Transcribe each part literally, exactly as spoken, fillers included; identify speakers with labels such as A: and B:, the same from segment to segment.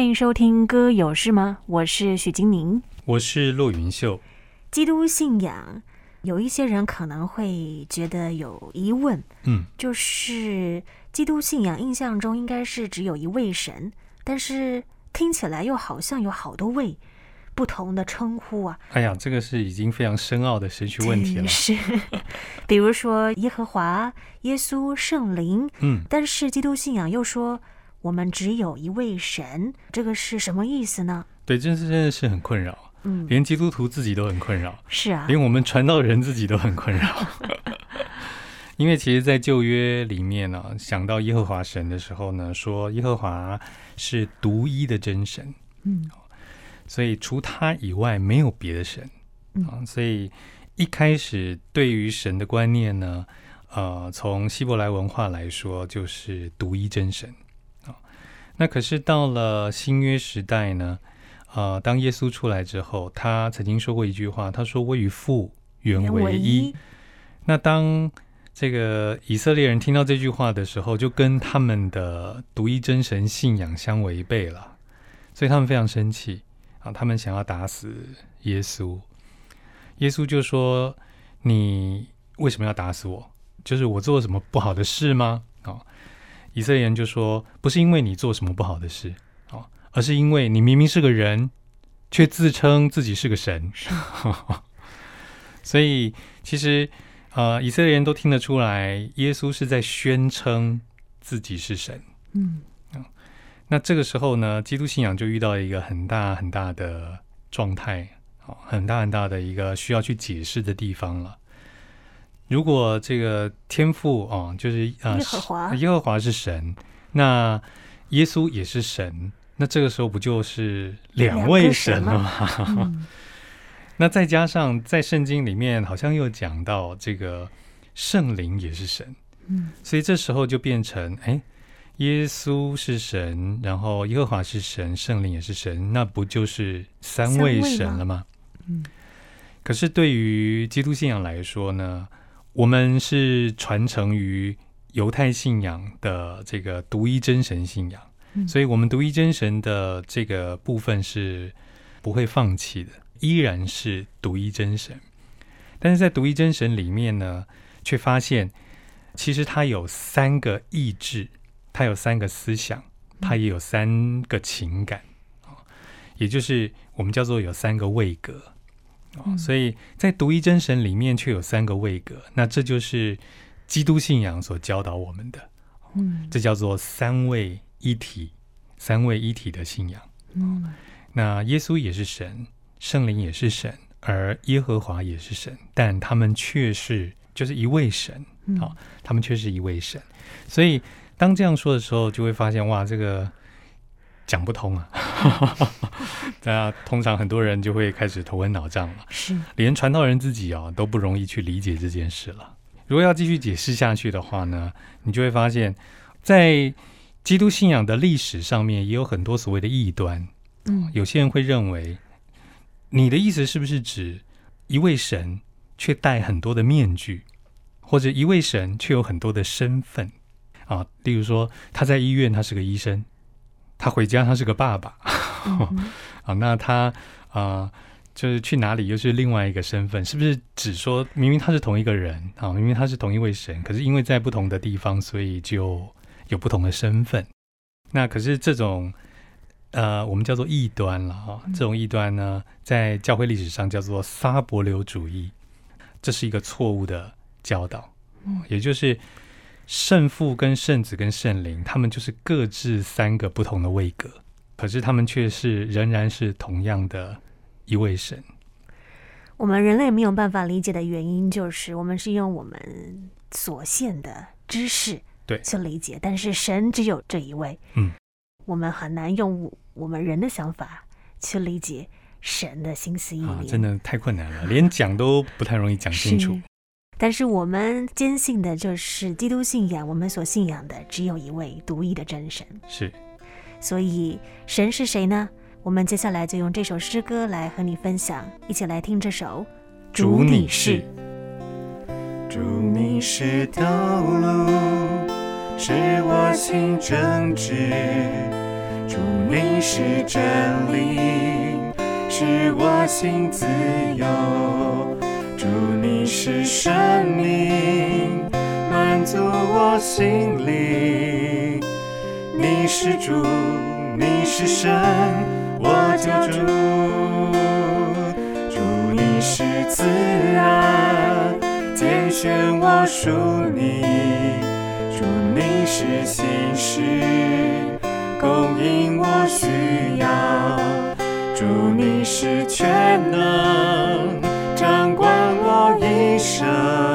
A: 欢迎收听歌有事吗？我是许金宁，
B: 我是骆云秀。
A: 基督信仰有一些人可能会觉得有疑问，
B: 嗯，
A: 就是基督信仰印象中应该是只有一位神，但是听起来又好像有好多位不同的称呼啊。
B: 哎呀，这个是已经非常深奥的神学问题了。
A: 是，比如说耶和华、耶稣、圣灵，
B: 嗯，
A: 但是基督信仰又说我们只有一位神，这个是什么意思呢？
B: 对，这是真的是很困扰，嗯，连基督徒自己都很困扰，
A: 是啊，
B: 连我们传道人自己都很困扰。因为其实在旧约里面呢、啊，想到耶和华神的时候呢，说耶和华是独一的真神，
A: 嗯，
B: 所以除他以外没有别的神，嗯、啊，所以一开始对于神的观念呢，呃，从希伯来文化来说就是独一真神。那可是到了新约时代呢，呃，当耶稣出来之后，他曾经说过一句话，他说我与父原为一。那当这个以色列人听到这句话的时候，就跟他们的独一真神信仰相违背了，所以他们非常生气啊，他们想要打死耶稣。耶稣就说，你为什么要打死我？就是我做了什么不好的事吗？啊，以色列人就说，不是因为你做什么不好的事，哦，而是因为你明明是个人，却自称自己是个神。所以其实呃，以色列人都听得出来，耶稣是在宣称自己是神。嗯，那这个时候呢，基督信仰就遇到一个很大很大的状态，很大很大的一个需要去解释的地方了。如果这个天父哦，就是呃
A: 耶和华，
B: 耶和华是神，那耶稣也是神，那这个时候不就是两位神了吗？嗯、那再加上在圣经里面好像又讲到这个圣灵也是神，嗯，所以这时候就变成哎，耶稣是神，然后耶和华是神，圣灵也是神，那不就是三位神了吗？嗯，可是对于基督信仰来说呢？我们是传承于犹太信仰的这个独一真神信仰，嗯、所以我们独一真神的这个部分是不会放弃的，依然是独一真神。但是在独一真神里面呢，却发现其实它有三个意志，它有三个思想，它也有三个情感，也就是我们叫做有三个位格。哦、所以在独一真神里面却有三个位格，那这就是基督信仰所教导我们的，嗯，这叫做三位一体，三位一体的信仰。嗯，那耶稣也是神，圣灵也是神，而耶和华也是神，但他们却是就是一位神，嗯哦、他们却是一位神。所以当这样说的时候，就会发现哇，这个讲不通啊。那通常很多人就会开始头昏脑胀了，是连传道人自己啊都不容易去理解这件事了。如果要继续解释下去的话呢，你就会发现在基督信仰的历史上面也有很多所谓的异端。嗯，有些人会认为你的意思是不是指一位神却戴很多的面具，或者一位神却有很多的身份啊？例如说他在医院他是个医生，他回家他是个爸爸。嗯啊，那他啊、呃，就是去哪里又是另外一个身份，是不是只说明明他是同一个人啊，明明他是同一位神，可是因为在不同的地方，所以就有不同的身份。那可是这种呃，我们叫做异端了哈、啊，这种异端呢，在教会历史上叫做撒伯流主义，这是一个错误的教导，也就是圣父跟圣子跟圣灵，他们就是各自三个不同的位格。可是他们却是仍然是同样的一位神。
A: 我们人类没有办法理解的原因，就是我们是用我们所限的知识
B: 对
A: 去理解，但是神只有这一位。嗯，我们很难用我们人的想法去理解神的心思意念、啊、
B: 真的太困难了，连讲都不太容易讲清楚。
A: 但是我们坚信的就是基督信仰，我们所信仰的只有一位独一的真神。
B: 是。
A: 所以神是谁呢？我们接下来就用这首诗歌来和你分享，一起来听这首
B: 主你是。
C: 主你是道路，使我心正直， 主你是真理，使我心自由。主你是生命，满足我心灵。你是主，你是神，我救主。主你是慈爱，拣选我属你。主你是信实，供应我需要。主你是全能，掌管我一生。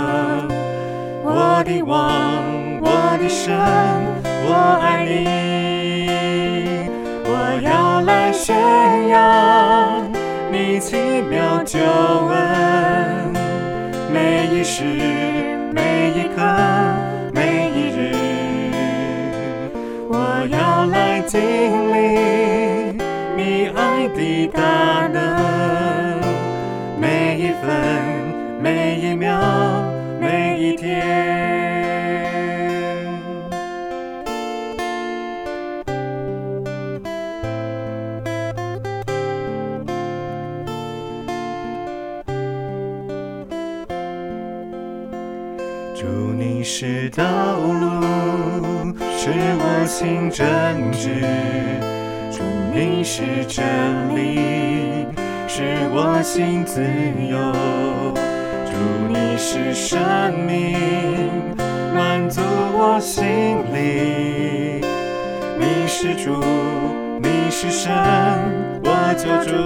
C: 我的王，我的神，我爱你。我要来宣扬你奇妙救恩，每一时，每一刻，每一日。我要来经历你爱的大能，每一分，每一秒，每一天。主你是道路，使我心正直。主你是真理，使我心自由。主你是生命，满足我心灵。你是主，你是神，我救主。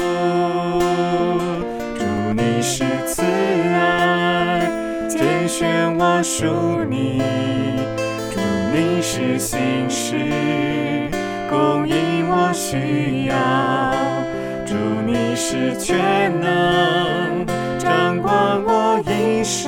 C: 主你是慈爱，拣选我属你。主你是信实，供应我需要。主你是全能，掌管我一生。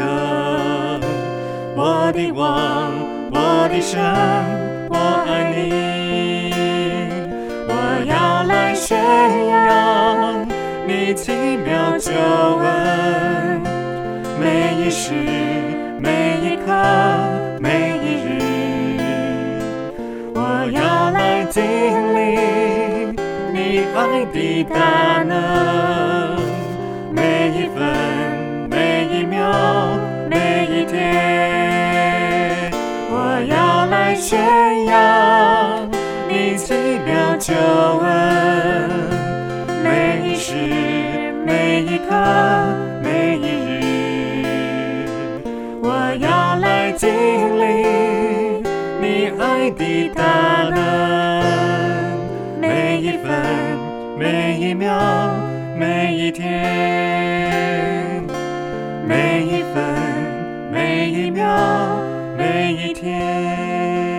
C: 我的王，我的神，我爱你。我要来宣扬你奇妙救恩，每一时，每一刻，每一日。我要来经历你爱的大能，每一分，每一秒，每一天。我要来宣扬你奇妙救恩，每一时，每一刻，每一日。我要来经历你爱的大能，每一分，每一秒，每一天。每一分，每一秒，每一天。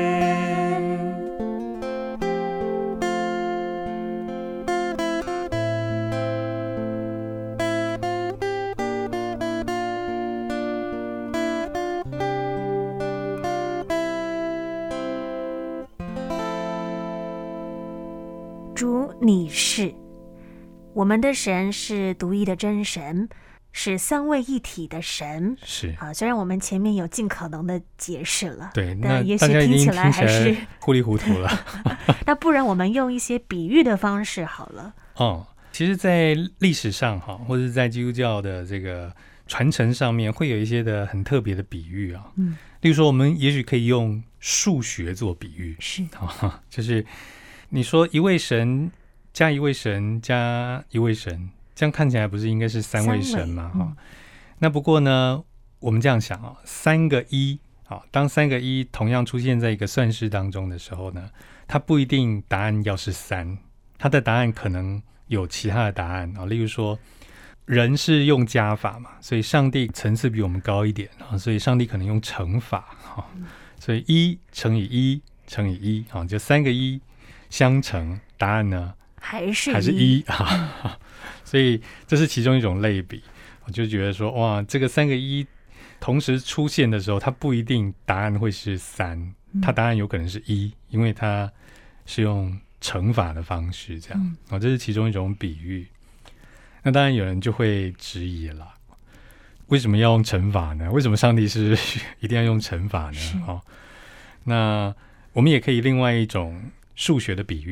A: 主你是，我们的神是独一的真神，是三位一体的神。
B: 是
A: 啊，虽然我们前面有尽可能的解释了，
B: 对，那
A: 但也许
B: 大家已经
A: 听起来还是
B: 糊里糊涂了。
A: 那不然我们用一些比喻的方式好了。
B: 哦，其实，在历史上哈，或者是在基督教的这个传承上面，会有一些的很特别的比喻啊。嗯，例如说，我们也许可以用数学做比喻，
A: 是
B: 啊，就是你说一位神加一位神加一位神，这样看起来不是应该是三位神吗？哈、嗯，那不过呢，我们这样想啊，三个一啊，当三个一同样出现在一个算式当中的时候呢，它不一定答案要是三，它的答案可能有其他的答案啊。例如说，人是用加法嘛，所以上帝层次比我们高一点啊，所以上帝可能用乘法啊，所以一乘以一乘以一啊，就三个一相乘，答案呢
A: 还是
B: 还是一啊。所以这是其中一种类比，我就觉得说，哇，这个三个一同时出现的时候，它不一定答案会是三，它答案有可能是一，因为它是用乘法的方式这样、嗯哦、这是其中一种比喻。那当然有人就会质疑了，为什么要用乘法呢？为什么上帝是一定要用乘法呢、哦、那我们也可以另外一种数学的比喻、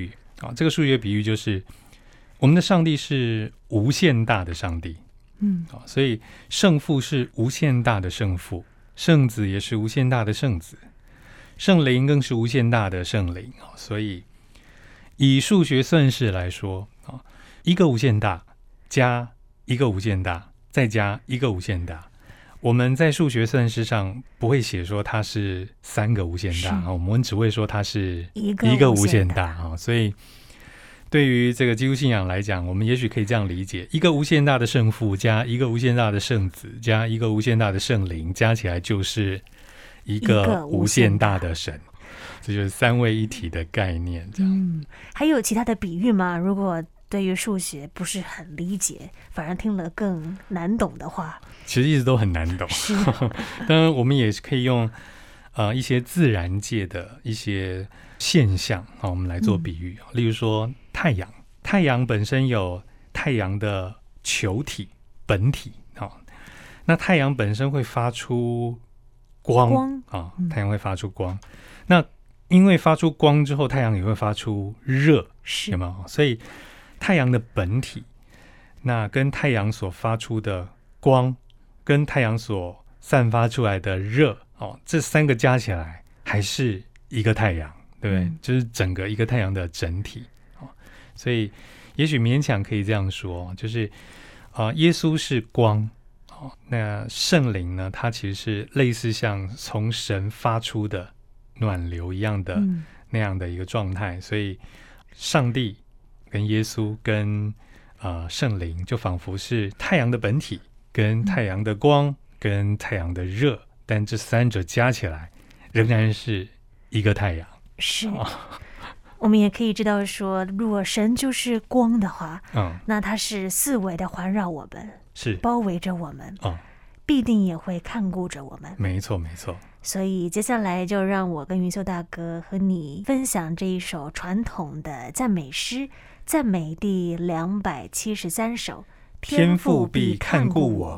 B: 啊，这个数学比喻就是我们的上帝是无限大的上帝，
A: 嗯，
B: 啊，所以圣父是无限大的圣父，圣子也是无限大的圣子，圣灵更是无限大的圣灵。所以以数学算式来说，一个无限大加一个无限大再加一个无限大，我们在数学算式上不会写说它是三个无限大，我们只会说它是一个无限大。所以对于这个基督信仰来讲，我们也许可以这样理解：一个无限大的圣父加一个无限大的圣子加一个无限大的圣灵，加起来就是一个无限大的神。这就是三位一体的概念。这样，
A: 嗯，还有其他的比喻吗？如果对于数学不是很理解，反而听了更难懂的话，
B: 其实一直都很难懂。当然，我们也可以用呃一些自然界的一些现象啊，我们来做比喻。嗯、例如说太阳，太阳本身有太阳的球体本体啊，那太阳本身会发出光, 光啊，太阳会发出光。嗯、那因为发出光之后，太阳也会发出热，有没有？所以太阳的本体，那跟太阳所发出的光，跟太阳所散发出来的热，哦，这三个加起来还是一个太阳，对不对？嗯、就是整个一个太阳的整体。哦、所以也许勉强可以这样说，就是啊、呃，耶稣是光，哦，那圣灵呢，它其实是类似像从神发出的暖流一样的、嗯、那样的一个状态，所以上帝跟耶稣跟呃圣灵就仿佛是太阳的本体，跟太阳的光、嗯、跟太阳的热，但这三者加起来仍然是一个太阳。
A: 是、哦、我们也可以知道说，如果神就是光的话，嗯，那它是四围的环绕我们，
B: 是
A: 包围着我们，
B: 嗯，
A: 必定也会看顾着我们。
B: 没错没错。
A: 所以接下来就让我跟云秀大哥和你分享这一首传统的赞美诗，赞美第两百七十三首，
B: 天父必看顾我。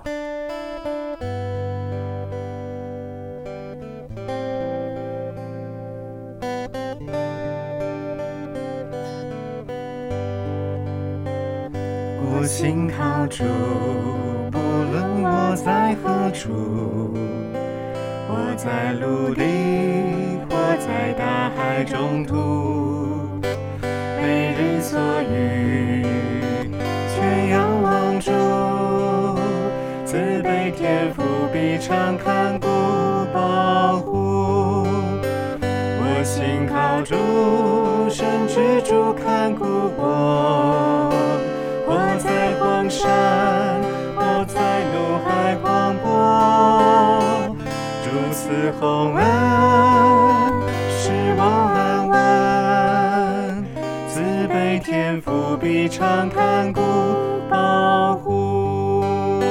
C: 我心靠主，不论我在何处，我在陆地，或在大海中途，每日所遇，全仰望主，慈悲天父必常看顾保护。我心靠主，神之主看顾我。我在荒山，我在怒海广博，主赐洪恩，使我安稳，慈悲天父必常看顾保护。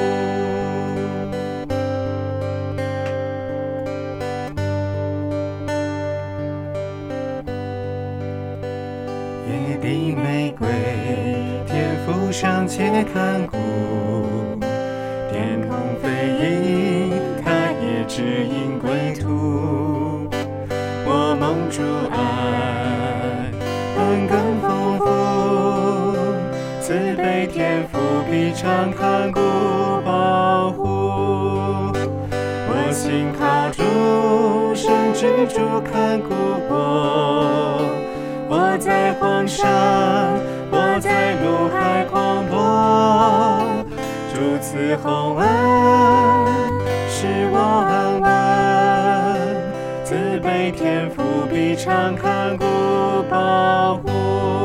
C: 野地玫瑰尚且看顾，天空飞鹰，它也指引归途。我蒙主爱，恩更丰富，慈悲天父必常看顾保护。我心靠主，神之主看顾我。我在荒山，我在怒海广博，主赐洪恩，使我安稳，慈悲天父必常看顾保护。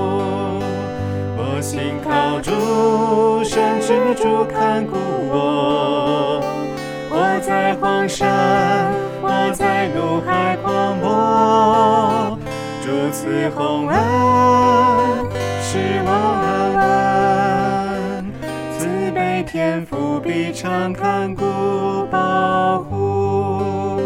C: 我心靠主，神之主看顾我。我在荒山，我在怒海广博，主赐洪恩，使我安稳，慈悲天父必常看顾保护。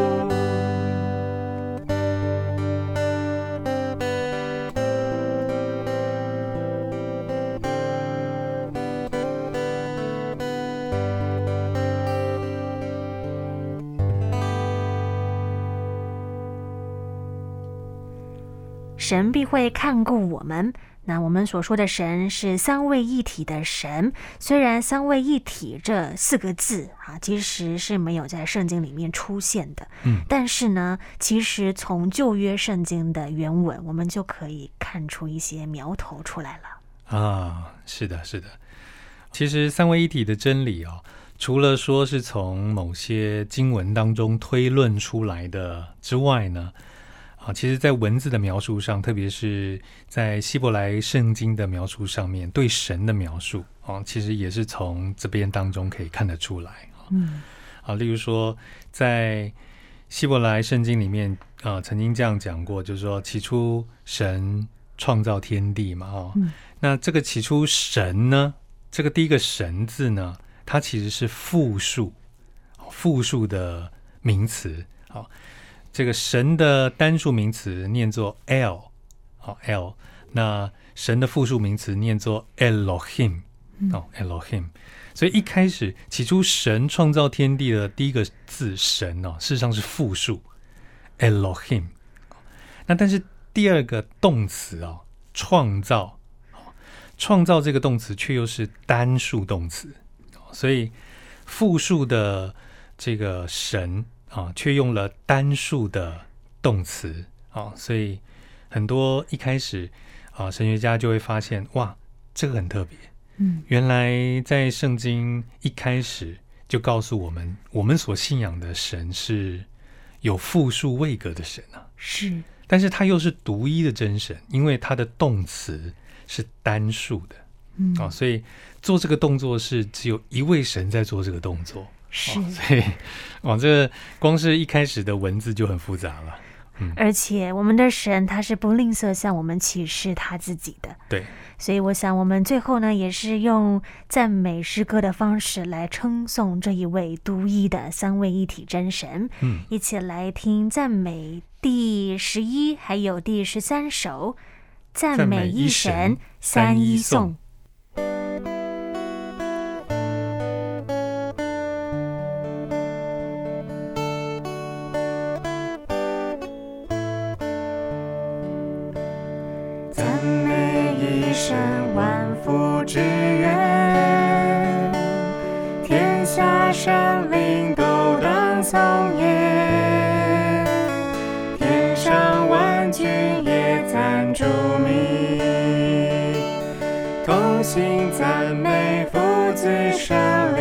A: 神必会看顾我们， 那我们所说的神是三位一体的神，虽然三位一体这四个字啊，其实是没有在圣经里面出现的，
B: 嗯，
A: 但是呢，其实从旧约圣经的原文，我们就可以看出一些苗头出来了。
B: 啊，是的，是的。其实三位一体的真理哦，除了说是从某些经文当中推论出来的之外呢，啊，其实在文字的描述上，特别是在希伯来圣经的描述上面，对神的描述啊，其实也是从这边当中可以看得出来。
A: 嗯，
B: 啊，例如说在希伯来圣经里面啊，曾经这样讲过，就是说起初神创造天地嘛，哦，
A: 嗯，
B: 那这个起初神呢，这个第一个神字呢，它其实是复数，复数的名词。好，这个神的单数名词念作 El， 好 El， 那神的复数名词念作 Elohim， 哦 Elohim。所以一开始起初神创造天地的第一个字神哦，事实上是复数 Elohim。那但是第二个动词哦，创造，创造这个动词却又是单数动词，所以复数的这个神啊，却用了单数的动词啊，所以很多一开始啊，神学家就会发现，哇，这个很特别。
A: 嗯，
B: 原来在圣经一开始就告诉我们，我们所信仰的神是有复数位格的神啊，
A: 是，
B: 但是他又是独一的真神，因为他的动词是单数的，
A: 嗯，
B: 哦，所以做这个动作是只有一位神在做这个动作，
A: 是，
B: 哦，所以哦，这个光是一开始的文字就很复杂了，嗯，
A: 而且我们的神他是不吝啬向我们启示他自己的，
B: 对。
A: 所以我想我们最后呢，也是用赞美诗歌的方式来称颂这一位独一的三位一体真神。
B: 嗯，
A: 一起来听赞美第十一还有第十三首赞美一神三一颂。
C: 神万福之源，天下神灵都当颂耶，天上万军也赞主名，同心赞美父子圣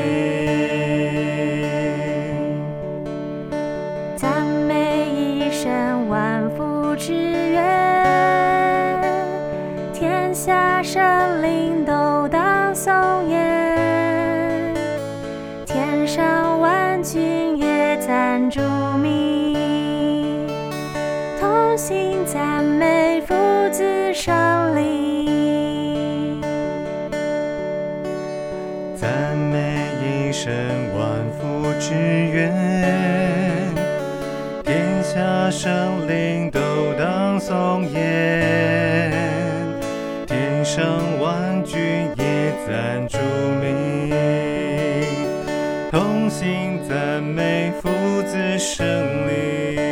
C: 灵。
A: 赞美一神万福之源，天下神灵都当颂耶，天上万军也赞主名，同心赞美父子圣灵。
C: 赞美一神万福之源，天下神灵都当颂耶，天上万军也赞主名，同心赞美父子圣灵。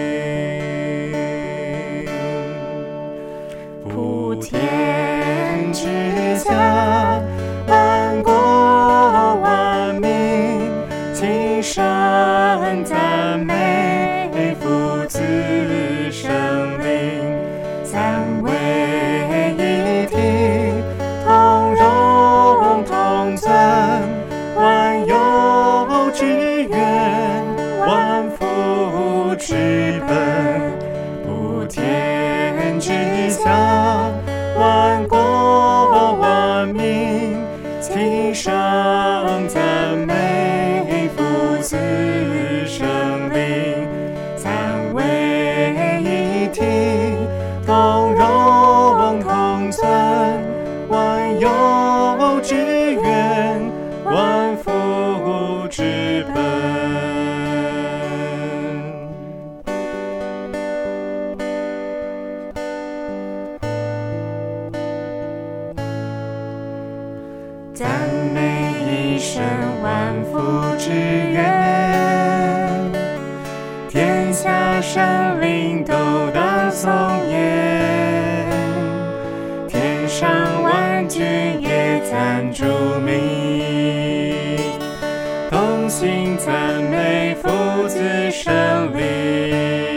C: 普天之下，万国万民，齐声赞美父子圣灵，三位一体，同荣同尊，万有之源，万福之本，普天之下，万国万民，齐声赞美父子圣灵，三位一体，同荣同尊，万有之源，万福之本。赞美一神万福之源，天下神灵都当颂耶，天上称主名，同心赞美父子圣灵。